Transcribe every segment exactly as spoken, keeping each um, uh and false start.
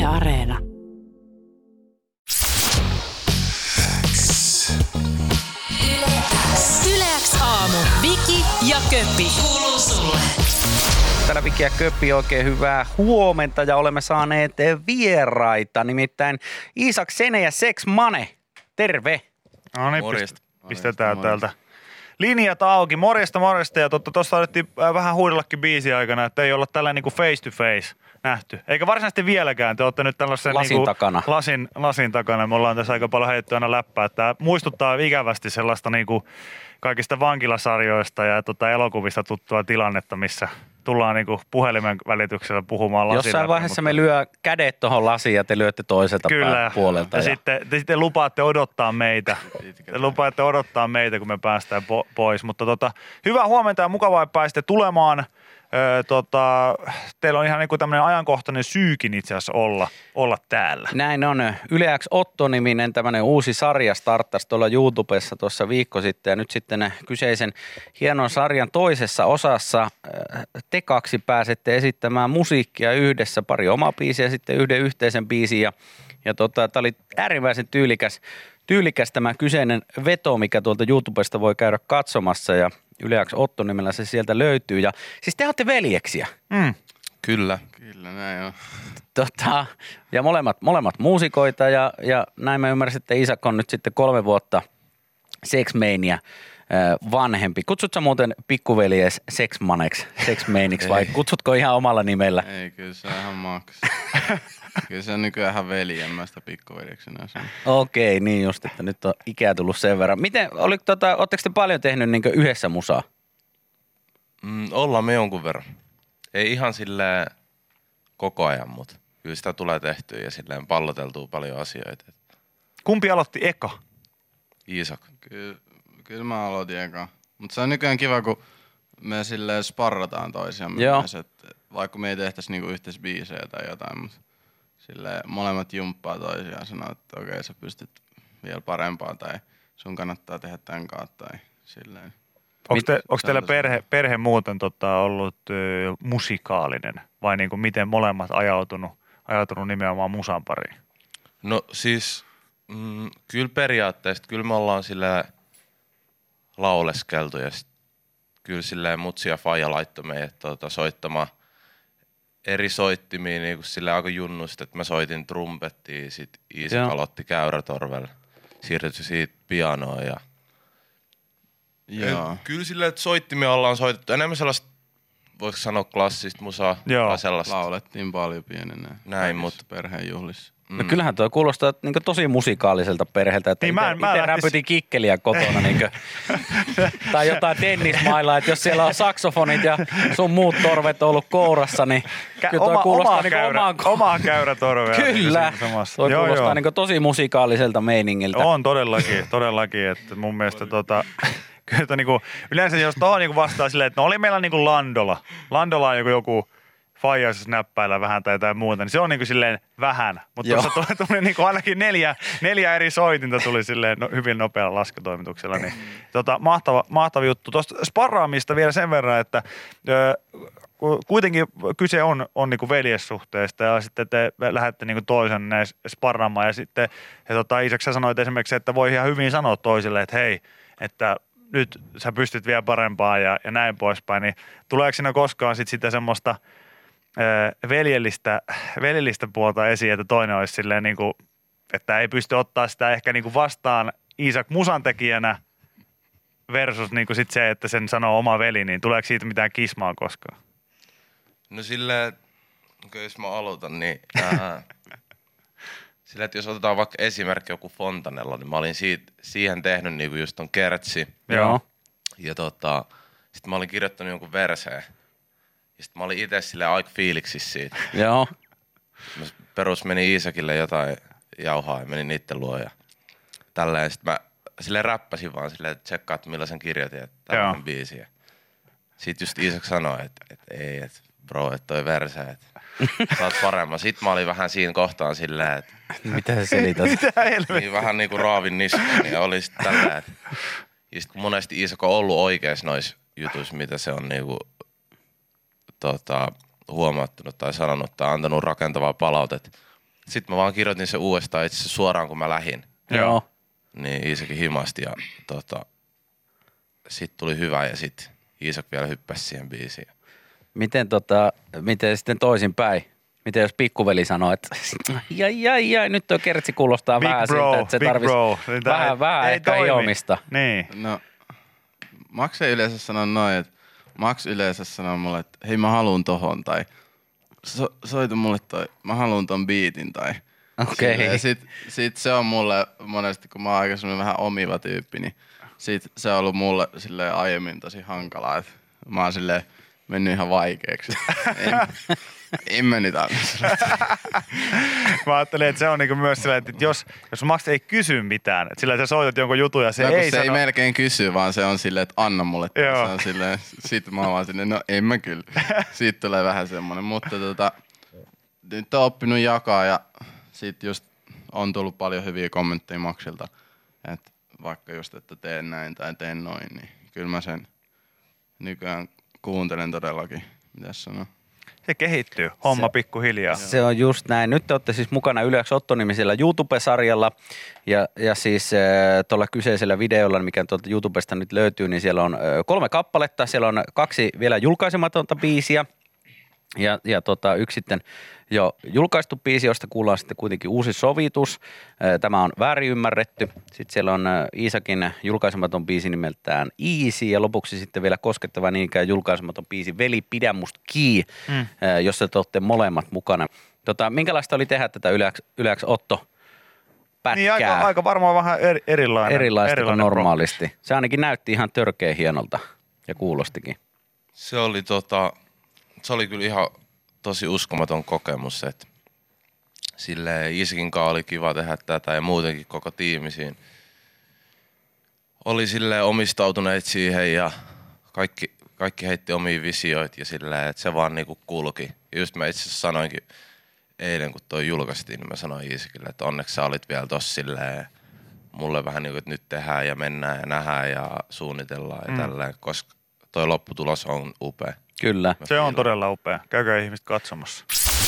Yle Areena. Yle X aamu. Viki ja Köppi. Kuuluu sulle. Täällä Viki ja Köppi, oikein hyvää huomenta ja olemme saaneet vieraita, nimittäin Iisak Sene ja Sex Mane. Terve. No niin, pist- pistetään täältä linjat auki. Morjesta, morjesta. Ja tuossa alettiin vähän huidellakin biisin aikana, että ei olla tällainen niin kuin face to face nähty. Eikä varsinaisesti vieläkään. Te olette nyt tällaisen lasin, niin kuin takana. Lasin, lasin takana. Me ollaan tässä aika paljon heitetty aina läppää. Tämä muistuttaa ikävästi sellaista niin kuin kaikista vankilasarjoista ja tota elokuvista tuttua tilannetta, missä tullaan niinku puhelimen välityksellä puhumaan lasin Jossain läpi, vaiheessa mutta me lyö kädet tuohon lasiin ja te lyötte toiselta kyllä, puolelta. Ja, ja sitten, te sitten lupaatte odottaa meitä. Te lupaatte odottaa meitä, kun me päästään po- pois. Mutta tota, hyvää huomenta ja mukavaa, että pääsitte tulemaan. Öö, tota, teillä on ihan niinku tämmöinen ajankohtainen syykin itse asiassa olla, olla täällä. Näin on. Yle X Otto-niminen tämmöinen uusi sarja starttasi tuolla YouTubessa tuossa viikko sitten. Ja nyt sitten kyseisen hienon sarjan toisessa osassa te kaksi pääsette esittämään musiikkia yhdessä. Pari omaa biisiä ja sitten yhden yhteisen biisin. Ja, ja tota, tämä oli äärimmäisen tyylikäs, tyylikäs tämä kyseinen veto, mikä tuolta YouTubesta voi käydä katsomassa. Ja Yle X Otto-nimellä se sieltä löytyy. Ja siis te olette veljeksiä. Mm. Kyllä. Kyllä, näin on. Tota, ja molemmat, molemmat muusikoita ja, ja näin mä ymmärsin, että Iisak on nyt sitten kolme vuotta Sex Mania vanhempi. Kutsutko muuten pikkuveljes Sex Maneksi, Sex Maniksi vai kutsutko ihan omalla nimellä? Ei, kyllä se on ihan maks. Kyllä se on nykyään ihan veljen, mä sitä pikkuveljeksenä sanon. Okei, niin just, että nyt on ikää tullut sen verran. Miten, oli, tota, ootteko te paljon tehnyt niin kuin yhdessä musaa? Mm, ollaan me jonkun verran. Ei ihan silleen koko ajan, mutta kyllä sitä tulee tehtyä ja silleen palloteltua paljon asioita. Kumpi aloitti eka? Iisak. Kyllä, kyllä mä aloitin eka. Mutta se on nykyään kiva, kun me silleen sparrataan toisiamme myös, että vaikka me ei tehtäisi niinku yhteis biisejä tai jotain, mutta silleen molemmat jumppaa toisiaan ja sanoo, että okei, sä pystyt vielä parempaa tai sun kannattaa tehdä tämän kautta tai silleen. Onko, te, onko teillä perhe, perhe muuten tota, ollut ö, musikaalinen vai niinku miten molemmat ajautunut, ajautunut nimenomaan musan pariin? No siis mm, kyllä periaatteessa, kyllä me ollaan silleen lauleskeltu ja sit, kyllä silleen mutsi ja faija laittoi meidät tota, soittamaan eri soittimia niin kuin silleen aika junnusta, että mä soitin trumpettia, sit Iisak aloitti käyrätorvelle, siirrytty siitä pianoon ja Joo. kyllä silleen, että soittimia ollaan soitettu enemmän sellaista, voiko sanoa klassista musaa, Joo. sellaista. Laulettiin paljon pienenä. Näin, mutta perheen juhlissa. Mm. No kyllähän tuo kuulostaa niin tosi musikaaliselta perheeltä, että niin itse, mä, mä itse lähtis... räpytin kikkeliä kotona niin kuin, tai jotain tennismailla, että jos siellä on saksofonit ja sun muut torvet on ollut kourassa, niin Kä- kyllä tuo oma, kuulostaa omaa niin käyrä, omaan... omaa käyrätorvea. Kyllä, tuo joo, kuulostaa joo. niin tosi musikaaliselta meiningiltä. On todellakin, todellakin, että mun mielestä tota... Kyllä niinku, yleensä jos tohon niinku vastaa silleen, että no oli meillä niinku Landola. Landola on joku, joku faijaisessa näppäillä vähän tai jotain muuta, niin se on niinku silleen vähän. Mutta tuossa tuli, tuli niinku ainakin neljä, neljä eri soitinta tuli silleen no, hyvin nopealla laskutoimituksella. Niin, tota, mahtava, mahtava juttu. Tuosta sparraamista vielä sen verran, että ö, kuitenkin kyse on, on niinku veljessuhteesta ja sitten te lähdette niinku toisen sparraamaan ja sitten ja tota, Iisak, sä sanoit esimerkiksi, että voi ihan hyvin sanoa toiselle, että hei, että nyt sä pystyt vielä parempaan ja, ja näin poispäin, niin tuleeko siinä koskaan sit sitä semmoista ö, veljellistä, veljellistä puolta esiin, että toinen olisi silleen niin kuin, että ei pysty ottaa sitä ehkä niin kuin vastaan Iisak musantekijänä versus niin kuin sit se, että sen sanoo oma veli, niin tuleeko siitä mitään kismaa koskaan? no silleen, jos mä aloitan, niin ää, sillä, että jos otetaan vaikka esimerkki joku Fontanella, niin mä olin siitä, siihen tehnyt niinku just ton kertsi. Joo. Ja tota, sit mä olin kirjoittanut jonkun verseen. Ja sit mä olin ite silleen aika fiiliksissä siitä. Joo. Mä perus meni Iisakille jotain jauhaa ja menin niitten luo ja tälleen. Sit mä silleen räppäsin vaan silleen, että tsekkaat millaisen kirjoitin, että tällainen biisi. Ja sit just Iisak sanoi, että, että ei, että bro, että toi verse, että sä oot paremman. Sitten mä olin vähän siinä kohtaan silleen, että mitä sä selität? niin vähän niinku raavin niskaan ja oli sitten tällä, että ja sit kun monesti Iisak on ollut oikeassa noissa jutuissa, mitä se on niinku tota, huomattunut tai sanonut tai antanut rakentavaa palautetta, Sitten mä vaan kirjoitin se uudestaan itse suoraan, kun mä lähin. Joo. Niin Iisakin himasti ja tota, sit tuli hyvä ja sit Iisak vielä hyppäsi siihen biisiin. Miten, tota, miten sitten toisinpäin? Miten jos pikkuveli sanoo, että jai, jai, jai, nyt tuo kertsi kuulostaa Big vähän bro, siltä, että se big tarvitsisi bro. vähän, ei, vähän ei ehkä toimi. hiomista. Niin. No, Max ei yleensä sano noin, että Max yleensä sanoo mulle, että hei mä haluun tohon tai so, soita mulle toi, mä haluun ton biitin tai Okei. silleen. Sit, sit se on mulle monesti, kun mä oon aikaisemmin vähän omiva tyyppi, niin sit se on ollut mulle silleen aiemmin tosi hankalaa, että mä oon silleen mennyt ihan vaikeaksi. en, en mä nyt anna sulle. Mä ajattelin, että se on niinku myös silleen, että jos, jos Max ei kysy mitään, että sillä sä soitat jonkun jutun ja se no, ei se sano... ei melkein kysy, vaan se on silleen, että anna mulle. Joo. Se on silleen, sit mä oon vaan silleen, no en mä kyllä. Siitä tulee vähän semmonen, mutta tota, nyt on oppinut jakaa ja sit just on tullut paljon hyviä kommentteja Maxilta, että vaikka just, että teen näin tai teen noin, niin kyllä mä sen nykyään kuuntelen todellakin, mitäs sanoo. Se kehittyy, homma pikkuhiljaa. Se on just näin. Nyt te olette siis mukana Yleäks Otto-nimisellä YouTube-sarjalla ja, ja siis äh, tuolla kyseisellä videolla, mikä tuolta YouTubesta nyt löytyy, niin siellä on äh, kolme kappaletta. Siellä on kaksi vielä julkaisematonta biisiä ja, ja tota, yksi sitten jo julkaistu biisi, josta kuullaan sitten kuitenkin uusi sovitus. Äh, Tämä on väärin ymmärretty. Sitten siellä on äh, Iisakin julkaisematon biisi nimeltään Easy ja lopuksi sitten vielä koskettava niin ikään julkaisematon biisi Veli, pidä musta kii, mm. äh, jossa te olette molemmat mukana. Tota, minkälaista oli tehdä tätä Yleäks, Yleäks Otto pätkää? Niin aika, aika varmaan vähän eri, erilainen. Erilaista erilainen kuin normaalisti. Pro. Se ainakin näytti ihan törkeä hienolta ja kuulostikin. Se oli tota, se oli kyllä ihan tosi uskomaton kokemus, että silleen Iisakin kanssa oli kiva tehdä tätä ja muutenkin koko tiimi siinä oli silleen omistautuneet siihen ja kaikki, kaikki heitti omia visioita ja silleen, että se vaan niinku kulki. Ja just mä itse asiassa sanoinkin eilen, kun toi julkaistiin, niin mä sanoin Iisakille, että onneksi sä olit vielä tossa silleen mulle vähän niinku, että nyt tehdään ja mennään ja nähdään ja suunnitellaan ja mm. tälleen, koska toi lopputulos on upea. Kyllä. Se on todella upea. Käykää ihmiset katsomassa.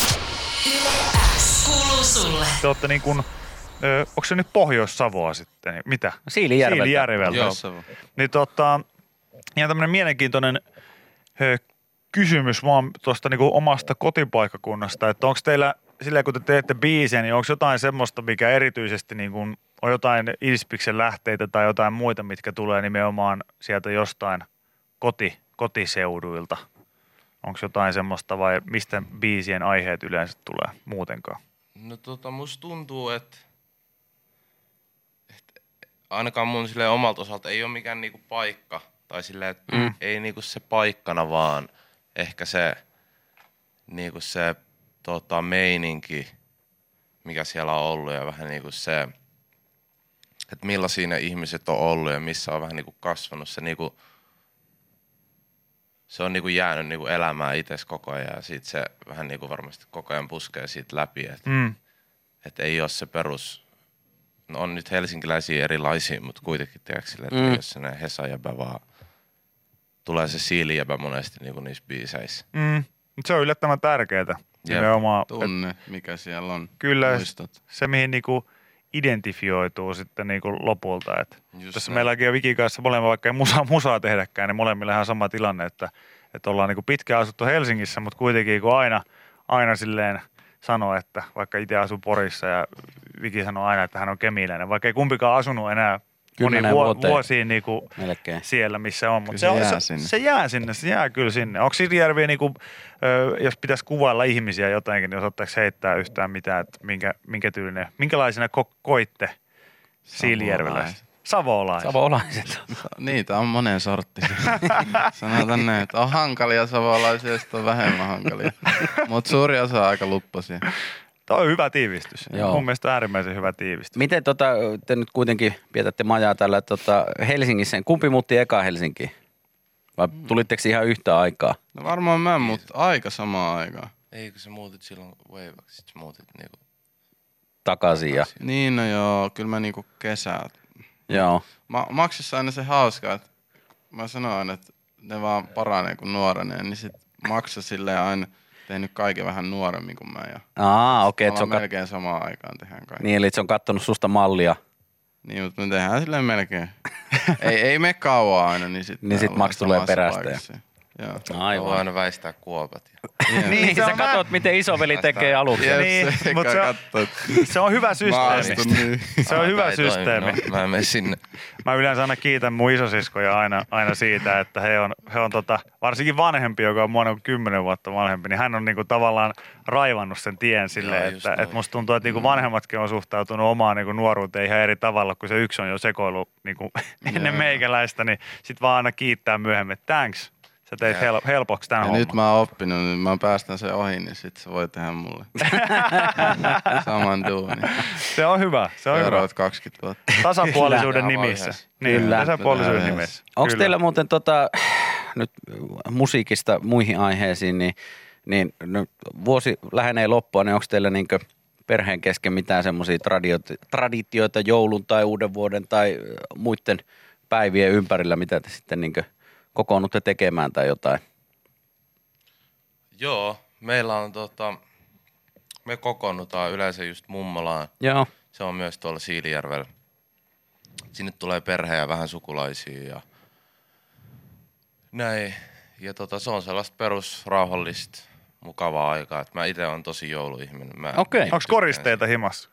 Kuuluu sulle. Te olette niin kuin, ö, onko se nyt Pohjois-Savoa sitten? Mitä? Siilijärveltä. Siilijärveltä. Joo. Niin tota, ihan tämmönen mielenkiintoinen ö, kysymys vaan tuosta niinku omasta kotipaikkakunnasta, että onko teillä, silleen kun te teette biisejä, niin onko jotain semmoista, mikä erityisesti niin kuin, on jotain Ispiksen lähteitä tai jotain muita, mitkä tulee nimenomaan sieltä jostain koti, kotiseuduilta? Onko jotain semmoista vai mistä biisien aiheet yleensä tulee muutenkaan? No tota, musta tuntuu, että, että ainakaan mun silleen omalta osalta ei ole mikään niinku paikka. Tai silleen, että mm. ei niinku se paikkana, vaan ehkä se, niinku se tota, meininki, mikä siellä on ollut ja vähän niinku se, että millaisia ne ihmiset on ollut ja missä on vähän niinku kasvanut. Se niinku, se on niinku jäänyt niinku elämään itse koko ajan ja siitä se vähän niinku varmasti koko ajan puskee siitä läpi, että Mm. et ei ole se perus, no on nyt helsinkiläisiä erilaisia, mutta kuitenkin tiedätkö sille, että Mm. ei ole sellainen Hesa-jäbä, vaan tulee se siilijäbä monesti niinku niissä biiseissä. Mm. Mut se on yllättävän tärkeää. Jep. Nimenomaan, Tunne, mikä siellä on. kyllä Muistot. se, mihin niinku identifioituu sitten niinku lopulta. Et Just tässä näin. meilläkin on Vikin kanssa molemmat, vaikka ei musaa, musaa tehdäkään, niin molemmilla ihan sama tilanne, että, että ollaan niinku pitkään asuttu Helsingissä, mutta kuitenkin kun aina, aina silleen sanoo, että vaikka itse asuu Porissa ja Viki sanoo aina, että hän on kemiläinen, vaikka ei kumpikaan asunut enää moni Kymmeneen vuo, vuoteen. vuosiin niinku Melkein. siellä, missä on. Mutta se se, on, jää se, sinne. se jää sinne, se jää kyllä sinne. Onko Siilijärviä, niinku, ö, jos pitäisi kuvailla ihmisiä jotenkin, niin osattaako heittää yhtään mitään, että minkä, minkä tyylinen, minkälaisena ko- koitte Siilijärveläiset? Savolaiset. Savolaiset. Niitä on monen sortti. Sanotaan näin, että on hankalia savolaisia ja sitten on vähemmän hankalia. Mutta suuri osa on aika lupposia. Tuo on hyvä tiivistys. Joo. Mun mielestä äärimmäisen hyvä tiivistys. Miten tota, te nyt kuitenkin pietätte majaa täällä tota, Helsingissä? Kumpi muutti eka Helsinkiin? Vai tulitteko ihan yhtä aikaa? No varmaan mä, mutta aika samaan aikaan. Eikö sä muutit silloin Waveaksi, sit sä muutit niinku Takaisin ja Niin no joo, kyllä mä niinku kesää. joo. Ma- Maksissa aina se hauskaa, että mä sanoin, että ne vaan paranee kun nuorenee, niin sit maksa silleen aina tehnyt kaiken vähän nuoremmin kuin mä. Ja Aa, okei. Okay, se on kat... melkein samaan aikaan tehdään kaikki. Niin, eli se on kattonut susta mallia. Niin, mutta me tehdään silleen melkein. ei, ei mene kauan aina, niin sitten niin sit Max tulee perästä. Ja... Joo. Aivan. Voi aina väistää kuopat. Yeah. niin, niin sä mä... katsot, miten isoveli tekee aluksi. Jep, niin, se, mutta se, on, se on hyvä systeemi. Niin. Se on hyvä systeemi. No, mä en mene sinne. Mä yleensä aina kiitän mun isosiskoja aina, aina siitä, että he on, he on tota, varsinkin vanhempi, joka on mua noin kymmenen vuotta vanhempi, niin hän on niinku tavallaan raivannut sen tien silleen, Joo, että et musta tuntuu, että niinku vanhemmatkin on suhtautunut omaan niinku nuoruuteen ihan eri tavalla, kun se yksi on jo sekoillut niinku ennen meikäläistä, niin sit vaan aina kiittää myöhemmin, että thanks. Sä teit hel- helpoksi tämän ja homman. nyt mä oon oppinut, niin mä päästän sen ohi, niin sit se voi tehdä mulle saman duunin. Se on hyvä, se on Seuraavat hyvä. kaksikymmentä vuotta. Tasapuolisuuden nimissä. Niin, Kyllä. tasapuolisuuden nimissä. Onko Kyllä. teillä muuten tota, nyt musiikista muihin aiheisiin, niin, niin nyt vuosi lähenee loppua, niin onko teillä niinkö perheen kesken mitään semmoisia traditioita joulun tai uuden vuoden tai muiden päivien ympärillä, mitä te sitten niinkö kokoonnutte tekemään tai jotain? Joo, meillä on tota, me kokoonnutaan yleensä just mummolaan. Joo. Se on myös tuolla Siilijärvellä. Sinne tulee perhe ja vähän sukulaisia ja näin. Ja tota, se on sellaista perusrauhallista, mukavaa aikaa. Et mä itse on tosi jouluihminen. Okei. Onko koristeita himassa?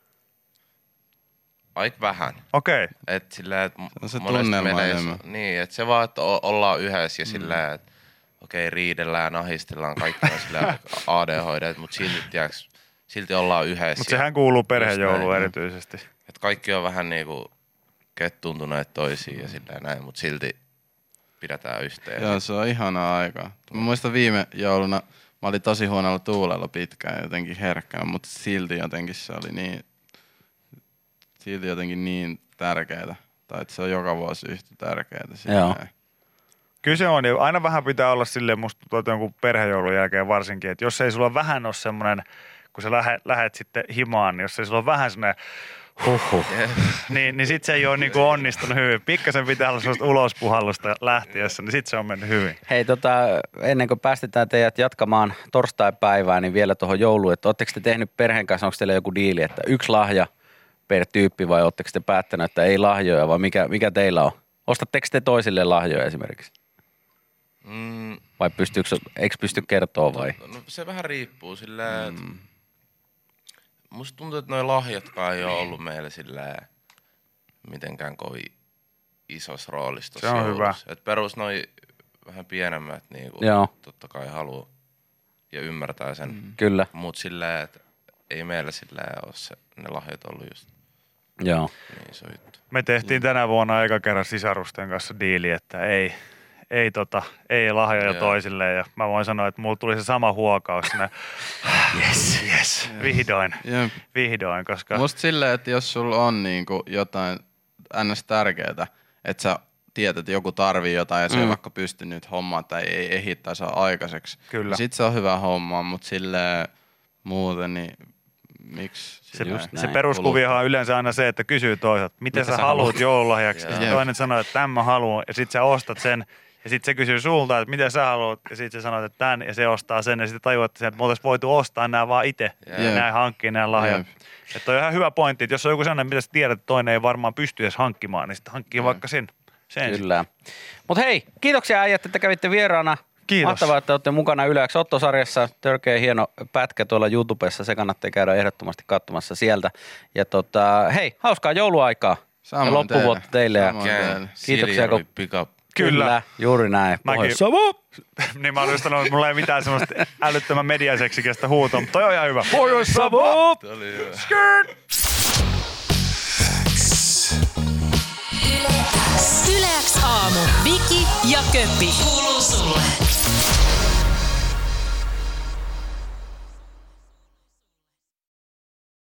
Aika vähän. Okei. Okay. Et silleen, et on se monesti tunnelma meillä enemmän. ei, niin, että se vaan, että o- ollaan yhdessä ja silleen, että okei, okay, riidellään, ahistellaan, kaikki on silleen A D H D, mutta silti, tiiäks, silti ollaan yhdessä. Mutta sehän kuuluu perhejouluun erityisesti. Että kaikki on vähän niinku kettuuntuneet toisiin ja silleen näin, mutta silti pidetään yhteen. Joo, se on ihanaa aikaa. Mä muistan viime jouluna, mä olin tosi huonolla tuulella pitkään ja jotenkin herkkään, mutta silti jotenkin se oli niin, silti jotenkin niin tärkeää. Tai että se on joka vuosi yhtä tärkeää. Joo. Kyllä se on, ja aina vähän pitää olla silleen, musta tuntuu jonkun perhejoulun jälkeen varsinkin, että jos ei sulla vähän ole semmoinen, kun sä lähet, lähet sitten himaan, niin jos ei sulla ole vähän semmoinen huhhuh, niin, niin sit se ei ole niinku onnistunut hyvin. Pikkasen pitää olla semmoista ulospuhallusta lähtiessä, niin sit se on mennyt hyvin. Hei, tota, ennen kuin päästetään teidät jatkamaan torstaipäivää, niin vielä tuohon jouluun, että ootteko te tehnyt perheen kanssa, onko teillä joku diili, että yksi lahja per tyyppi vai ootteko te päättänyt, että ei lahjoja, vai mikä, mikä teillä on? Ostatteko te toisille lahjoja esimerkiksi? Mm. Vai pystyykö, eikö pysty kertoa vai? No, no se vähän riippuu silleen, mm. musta tuntuu, että noi lahjatkaan ei ole ollut meillä silleen mitenkään kovin isossa roolissa se on hyvä. Et perus noi vähän pienemmät niinku, totta kai haluaa ja ymmärtää sen. Mm. Kyllä. Mut silleen, että ei meillä silleen ole se, ne lahjat ollut just Joo. niin iso juttu. Me tehtiin tänä vuonna eka kerran sisarusten kanssa diili, että ei, ei, tota, ei lahjoja Joo. toisilleen. Ja mä voin sanoa, että mulla tuli se sama huokaus sinne. Yes, yes, vihdoin, Jep. vihdoin, koska... Musta silleen, että jos sulla on niinku jotain ns. Tärkeää, että sä tiedät, että joku tarvii jotain ja se mm. ei vaikka pysty nyt hommaan tai ei ehdi tai saa aikaiseksi. Kyllä. Niin sit se on hyvä homma, mutta silleen muuten niin miksi? Se, se peruskuviahan on yleensä aina se, että kysyy toiselta, mitä, mitä sä, sä haluat joululahjaksi. Ja toinen sanoo, että tämän mä haluan ja sit sä ostat sen. Ja sitten se kysyy sulta, että mitä sä haluat, ja sitten sä sanot, että tämän, ja se ostaa sen, ja sitten tajuat, että me oltaisiin voitu ostaa nämä vaan itse, ja näin hankkii nämä lahjat. Yep. Että on ihan hyvä pointti, että jos on joku sellainen, mitä sä tiedät, että toinen ei varmaan pysty edes hankkimaan, niin sitten hankkii Yep. vaikka sen. sen. Kyllä. Mutta hei, kiitoksia äijät, että kävitte vieraana. Kiitos. Mahtavaa, että olette mukana Yle X Otto-sarjassa. Törkeä hieno pätkä tuolla YouTubessa, se kannattaa käydä ehdottomasti katsomassa sieltä. Ja tota, hei, hauskaa jouluaikaa Samoin ja loppuvuotta teille. Ja teille. Kiitoksia, kun... Kyllä. Kyllä, juuri näin. Pohjois-Savo! Niin mä olin just sanonut, että mulla ei mitään semmoista älyttömän mediaseksikästä huutoa, mutta toi on ihan hyvä. Pohjois-Savo! Toi oli hyvä. Skirt! Yle X aamu. Viki ja Köppi. Kuuluu sulle.